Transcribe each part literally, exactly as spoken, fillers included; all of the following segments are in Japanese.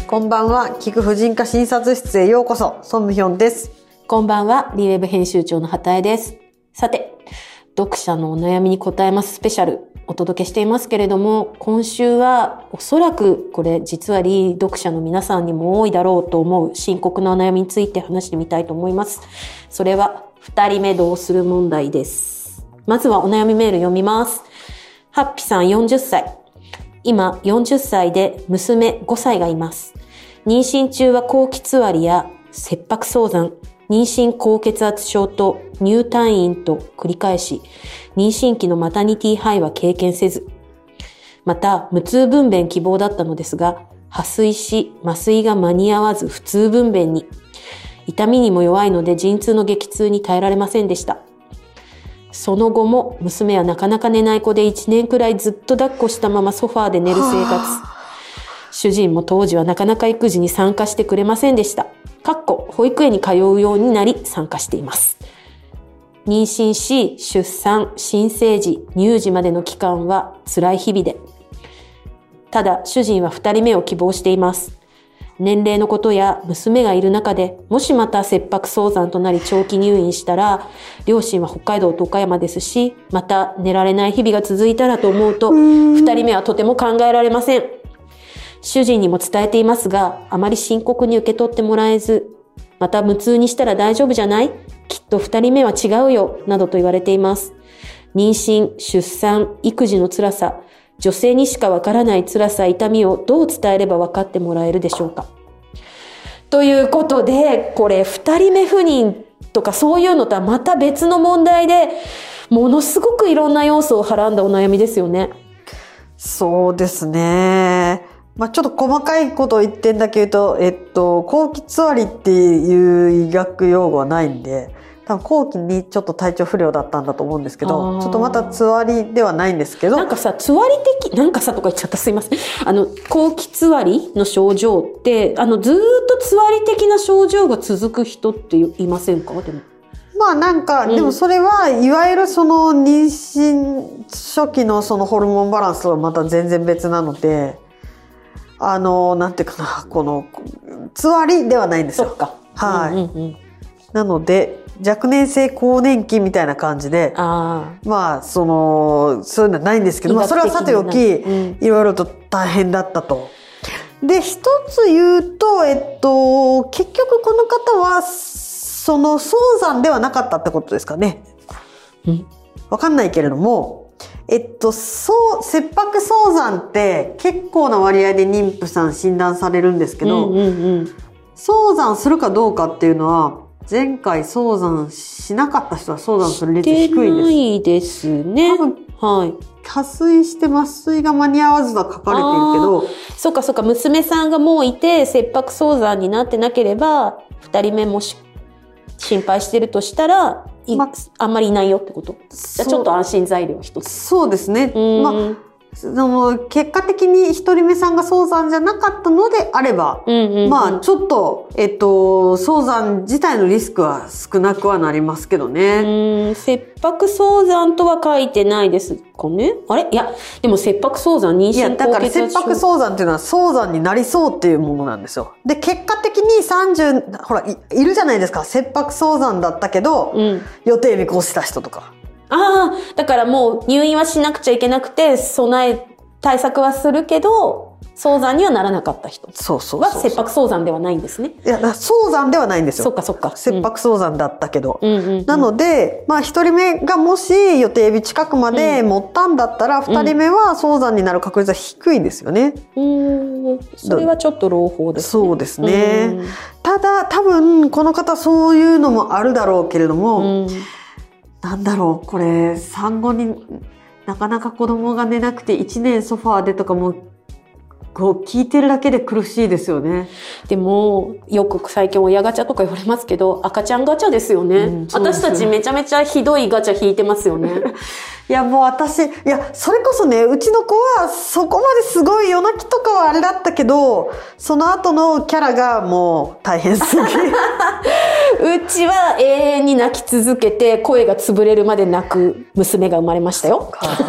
こんばんは。聞く婦人科診察室へようこそ。ソンムヒョンです。 こんばんは。リーウェブ編集長の畑江です。さて、読者のお悩みに答えますスペシャルお届けしていますけれども、今週はおそらくこれ実はリー読者の皆さんにも多いだろうと思う深刻なお悩みについて話してみたいと思います。それは二人目どうする問題です。まずはお悩みメール読みます。ハッピさんよんじゅっさい。今よんじゅっさいで娘ごさいがいます。妊娠中は高気痛割や切迫早産、妊娠高血圧症と入退院と繰り返し、妊娠期のマタニティハイは経験せず、また無痛分娩希望だったのですが、破水し麻酔が間に合わず普通分娩に、痛みにも弱いので陣痛の激痛に耐えられませんでした。その後も娘はなかなか寝ない子でいちねんくらいずっと抱っこしたままソファーで寝る生活。主人も当時はなかなか育児に参加してくれませんでした。かっこ保育園に通うようになり参加しています。妊娠し、出産、新生児、乳児までの期間は辛い日々で。ただ主人は二人目を希望しています。年齢のことや娘がいる中で、もしまた切迫早産となり長期入院したら、両親は北海道と岡山ですし、また寝られない日々が続いたらと思うと、二人目はとても考えられません。主人にも伝えていますが、あまり深刻に受け取ってもらえず、また無痛にしたら大丈夫じゃない？きっと二人目は違うよ、などと言われています。妊娠、出産、育児の辛さ、女性にしかわからない辛さ、痛みをどう伝えれば分かってもらえるでしょうか。ということで、これ二人目不妊とかそういうのとはまた別の問題で、ものすごくいろんな要素をはらんだお悩みですよね。 そうですね。まあ、ちょっと細かいことを言ってんだけど、えっと、後期つわりっていう医学用語はないんで、多分後期にちょっと体調不良だったんだと思うんですけど、ちょっとまたつわりではないんですけど。 なんかさ、つわり的、なんかさとか言っちゃった、すいません。あの、後期つわりの症状って、あの、ずーっとつわり的な症状が続く人っていませんか？でも。 まあなんか、うん、でもそれはいわゆるその妊娠初期のそのホルモンバランスとはまた全然別なので、あの、なんていうかな、この、つわりではないんですよ。 そっか。 はい。 うんうんうん、 なので、若年性更年期みたいな感じで、 あまあ、その、そういうのはないんですけど、まあ、それはさておき、うん、いろいろと大変だったと。で、一つ言うと、えっと、結局この方は、その、早産ではなかったってことですかね。 うん、 わかんないけれども、えっと、そう、切迫早産って結構な割合で妊婦さん診断されるんですけど、 うんうんうん、 早産するかどうかっていうのは、前回早産しなかった人は早産する率低いんです。 してないですね。 多分、 はい。 破水して麻酔が間に合わずとは書かれてるけど。 そっかそっか、娘さんがもういて切迫早産になってなければ、二人目もし心配してるとしたら、ま、あんまりいないよってこと。じゃちょっと安心材料一つ。 そうですね。まあ、その結果的に一人目さんが早産じゃなかったのであれば、うんうんうん、まあちょっと、えっと、早産自体のリスクは少なくはなりますけどね。 うん、切迫早産とは書いてないですかね。あれいや、でも切迫早産、妊娠高血圧症。いや、 だから切迫早産っていうのは早産になりそうっていうものなんですよ。で、結果的にさんじゅう、ほら、い、いるじゃないですか。切迫早産だったけど、うん、予定日越した人とか。 ああ、だからもう入院はしなくちゃいけなくて、備え、対策はするけど、早産にはならなかった人は切迫早産ではないんですね。 いや、早産ではないんですよ。 そっかそっか。 切迫早産だったけど。 うんうんうんうん、 なので、まあ一人目がもし予定日近くまで持ったんだったら、二、うん、人目は早産になる確率は低いですよね。 うん、それはちょっと朗報ですね。 そうですね。うん、ただ、多分この方そういうのもあるだろうけれども、うん、なんだろう、これ、産後になかなか子供が寝なくていちねんソファーでとかも、こう聞いてるだけで苦しいですよね。 でも、よく最近親ガチャとか言われますけど、赤ちゃんガチャですよね。うん、私たちめちゃめちゃひどいガチャ引いてますよね。 いや、もう私、いや、それこそね、うちの子はそこまですごい夜泣きとかはあれだったけど、その後のキャラがもう大変すぎ。うちは永遠に泣き続けて、声が潰れるまで泣く娘が生まれましたよ。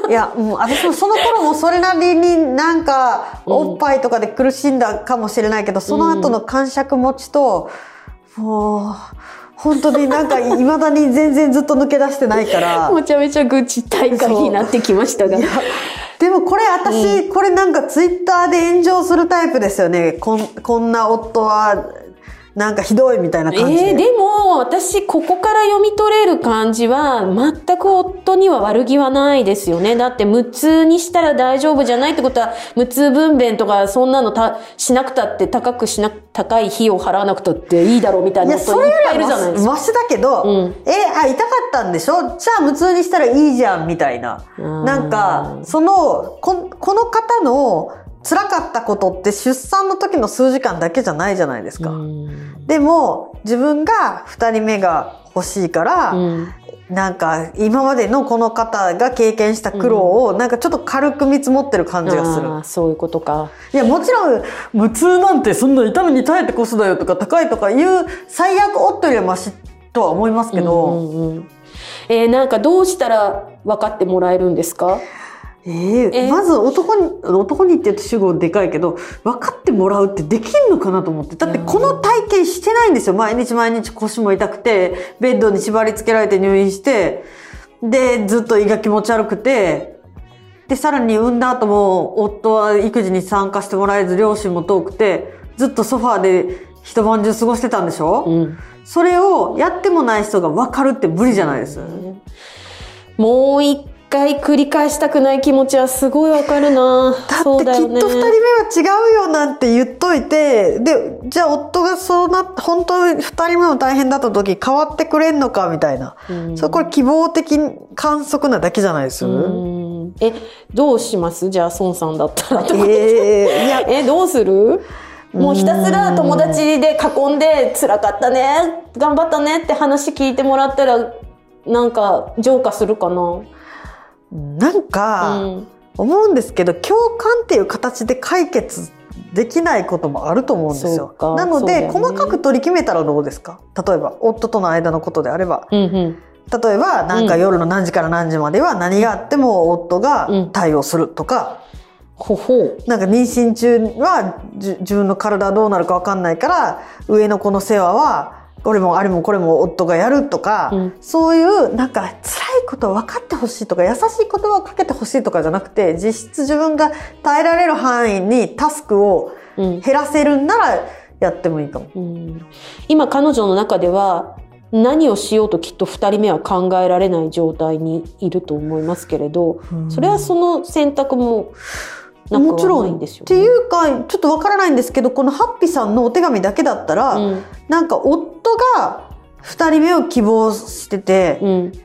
いや、うん、私もその頃もそれなりになんか、おっぱいとかで苦しんだかもしれないけど、うん、その後の感触持ちと、もう、本当になんか未だに全然ずっと抜け出してないから。 めちゃめちゃ愚痴大会になってきましたが。 でもこれ私、うん、これなんかツイッターで炎上するタイプですよね。こん、こんな夫は、なんかひどいみたいな感じで。 えー、でも私ここから読み取れる感じは全く夫には悪気はないですよね。だって無痛にしたら大丈夫じゃないってことは、無痛分娩とかそんなのたしなくたって高くしな高い費用払わなくたっていいだろうみたいなこといっぱいいるじゃないですか。 マシだけど、うん、えあ痛かったんでしょ、じゃあ無痛にしたらいいじゃんみたいな、なんかその こ, この方の辛かったことって出産の時の数時間だけじゃないじゃないですか。でも自分がふたりめが欲しいから、うん、なんか今までのこの方が経験した苦労をなんかちょっと軽く見積もってる感じがする。 うん、あそういうことか。 いやもちろん無痛なんてそんな痛みに耐えてこそだよとか高いとかいう最悪夫よりはマシとは思いますけど、うんうんうん、 えー、なんかどうしたら分かってもらえるんですか？ えーえー、まず男に、男にって言うと主語でかいけど、分かってもらうってできんのかなと思って。だってこの体験してないんですよ。毎日毎日腰も痛くて、ベッドに縛り付けられて入院して、で、ずっと胃が気持ち悪くて、で、さらに産んだ後も夫は育児に参加してもらえず、両親も遠くて、ずっとソファーで一晩中過ごしてたんでしょ？うん、それをやってもない人が分かるって無理じゃないです。 もう一一回繰り返したくない気持ちはすごいわかるな。 だってきっと二人目は違うよなんて言っといて、でじゃあ夫がそうなって本当に二人目も大変だった時変わってくれんのかみたいな、うん、それこれ希望的観測なだけじゃないです。うん、 えどうします？じゃあ孫さんだったらとか、えー、いやえどうする？もうひたすら友達で囲んで辛かったね頑張ったねって話聞いてもらったらなんか浄化するかな。 なんか思うんですけど、うん、共感っていう形で解決できないこともあると思うんですよ。なので、ね、細かく取り決めたらどうですか？例えば夫との間のことであれば、うんうん、例えばなんか夜の何時から何時までは何があっても夫が対応するとか、うん、ほほなんか妊娠中は自分の体はどうなるか分かんないから上の子の世話はこれもあれもこれも夫がやるとか、うん、そういうなんか辛いことを分かってほしいとか優しい言葉をかけてほしいとかじゃなくて、実質自分が耐えられる範囲にタスクを減らせるんならやってもいいかも、うん、 今彼女の中では何をしようときっとふたりめは考えられない状態にいると思いますけれど、うん、それはその選択ももちろんっていうかちょっとわからないんですけど、このハッピーさんのお手紙だけだったら、うん、なんか夫がふたりめを希望してて、うん、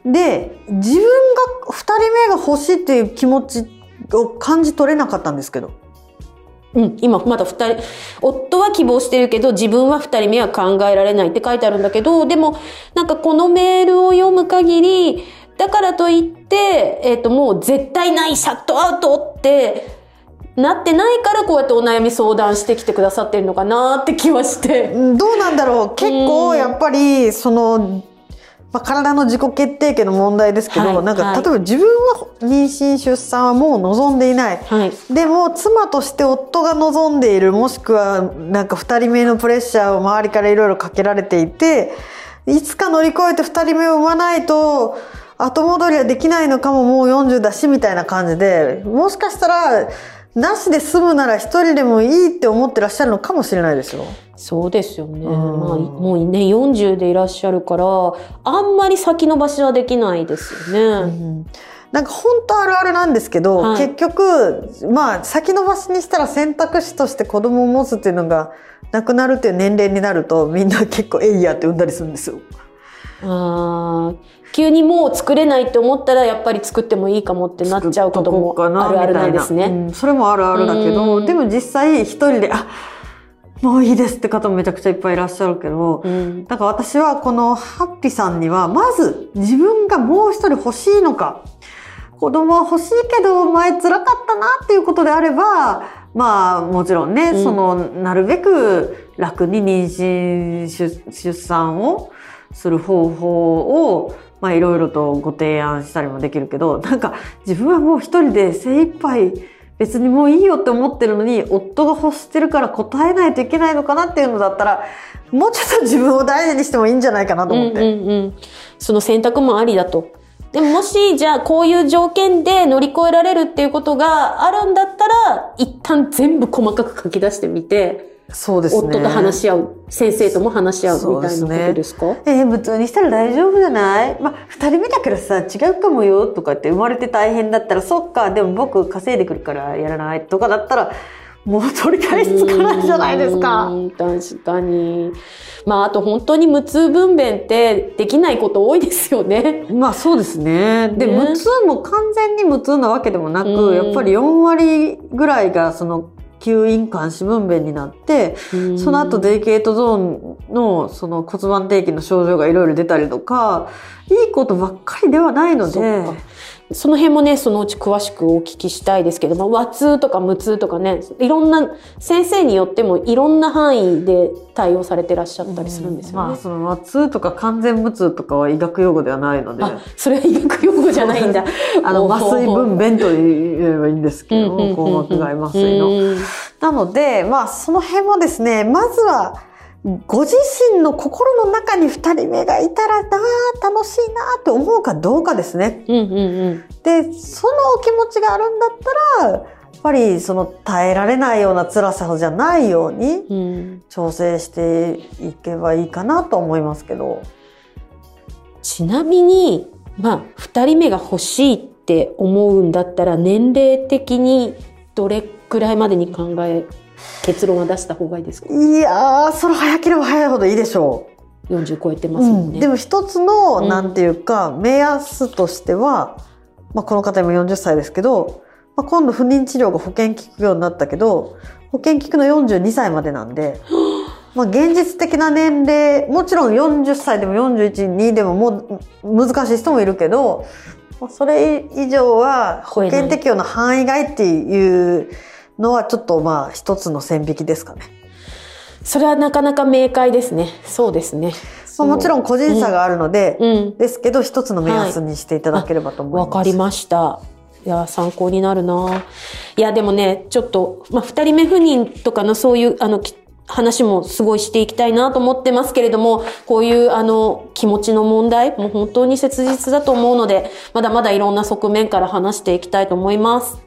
で自分がふたりめが欲しいっていう気持ちを感じ取れなかったんですけど、 うん、今まだふたり夫は希望してるけど自分はふたりめは考えられないって書いてあるんだけど、でもなんかこのメールを読む限りだからといって、えーと、もう絶対ないシャットアウトってなってないからこうやってお悩み相談してきてくださってるのかなって気はして。 どうなんだろう。結構やっぱりその、まあ、体の自己決定権の問題ですけど、はい、なんか、はい、例えば自分は妊娠出産はもう望んでいない、はい、でも妻として夫が望んでいる、もしくはなんかふたりめのプレッシャーを周りからいろいろかけられていて、いつか乗り越えてふたりめを産まないと後戻りはできないのかも、もうよんじゅうだしみたいな感じで、もしかしたらなしで済むなら一人でもいいって思ってらっしゃるのかもしれないですよ。 そうですよね。まあ、もうね、よんじゅうでいらっしゃるから、あんまり先延ばしはできないですよね。うん、 なんか本当あるあるなんですけど、はい、結局、まあ先延ばしにしたら選択肢として子供を持つっていうのがなくなるっていう年齢になると、みんな結構えいやって産んだりするんですよ。 あー、急にもう作れないって思ったらやっぱり作ってもいいかもってなっちゃうこともあるあるなんですね。 うん、それもあるあるだけど、でも実際一人であもういいですって方もめちゃくちゃいっぱいいらっしゃるけど、うん、だから私はこのハッピーさんにはまず自分がもう一人欲しいのか、子供は欲しいけど前辛かったなっていうことであれば、まあもちろんね、うん、そのなるべく楽に妊娠出産をする方法をまあいろいろとご提案したりもできるけど、なんか自分はもう一人で精一杯別にもういいよって思ってるのに、夫が欲してるから答えないといけないのかなっていうのだったら、もうちょっと自分を大事にしてもいいんじゃないかなと思って。 うんうんうん、その選択もありだと。でももし、じゃあこういう条件で乗り越えられるっていうことがあるんだったら、一旦全部細かく書き出してみて、 そうですね。 夫と話し合う、先生とも話し合うみたいなことですか？ ね、えー、普通にしたら大丈夫じゃない？まあ、二人目だからさ、違うかもよとかって生まれて大変だったら、そっか、でも僕稼いでくるからやらないとかだったら、もう取り返しつかないじゃないですか。 確かに。まあ、あと本当に無痛分娩ってできないこと多いですよね。 まあそうですね。で、ね、無痛も完全に無痛なわけでもなく、やっぱりよんわりぐらいがその吸引監視分娩になって、その後デリケートゾーンのその骨盤底筋の症状がいろいろ出たりとか、いいことばっかりではないので、 その辺もね、そのうち詳しくお聞きしたいですけども、和痛とか無痛とかね、いろんな、先生によってもいろんな範囲で対応されてらっしゃったりするんですよね。 うん、まあ、その和痛とか完全無痛とかは医学用語ではないので。 あ、それは医学用語じゃないんだ。 あの、麻酔分娩と言えばいいんですけども、硬膜外麻酔の。なので、まあ、その辺もですね、まずは、ご自身の心の中に二人目がいたらなあ、楽しいなって思うかどうかですね。 うんうんうん、 で、そのお気持ちがあるんだったら、やっぱりその耐えられないような辛さじゃないように調整していけばいいかなと思いますけど。 ちなみに、まあ、二人目が欲しいって思うんだったら、年齢的にどれくらいまでに考え、結論は出した方がいいですか？ いやー、それ早ければ早いほどいいでしょう。よんじゅう超えてますもんね。 うん、でも一つの、なんていうか、目安としては、まあこの方今よんじゅっさいですけど、まあ、今度不妊治療が保険効くようになったけど、保険効くのよんじゅうにさいまでなんで、まあ現実的な年齢、もちろんよんじゅっさいでもよんじゅういち、にでももう難しい人もいるけど、それ以上は保険適用の範囲外っていうのはちょっとまあ一つの線引きですかね。 それはなかなか明快ですね。そうですね。 まあ、もちろん個人差があるので、 うん、 ですけど一つの目安にしていただければと思います。 わ、はい、かりました。いや、参考になるな。いや、でもね、ちょっと、まあ、二人目不妊とかのそういう、あの、話もすごいしていきたいなと思ってますけれども、こういうあの気持ちの問題も本当に切実だと思うので、まだまだいろんな側面から話していきたいと思います。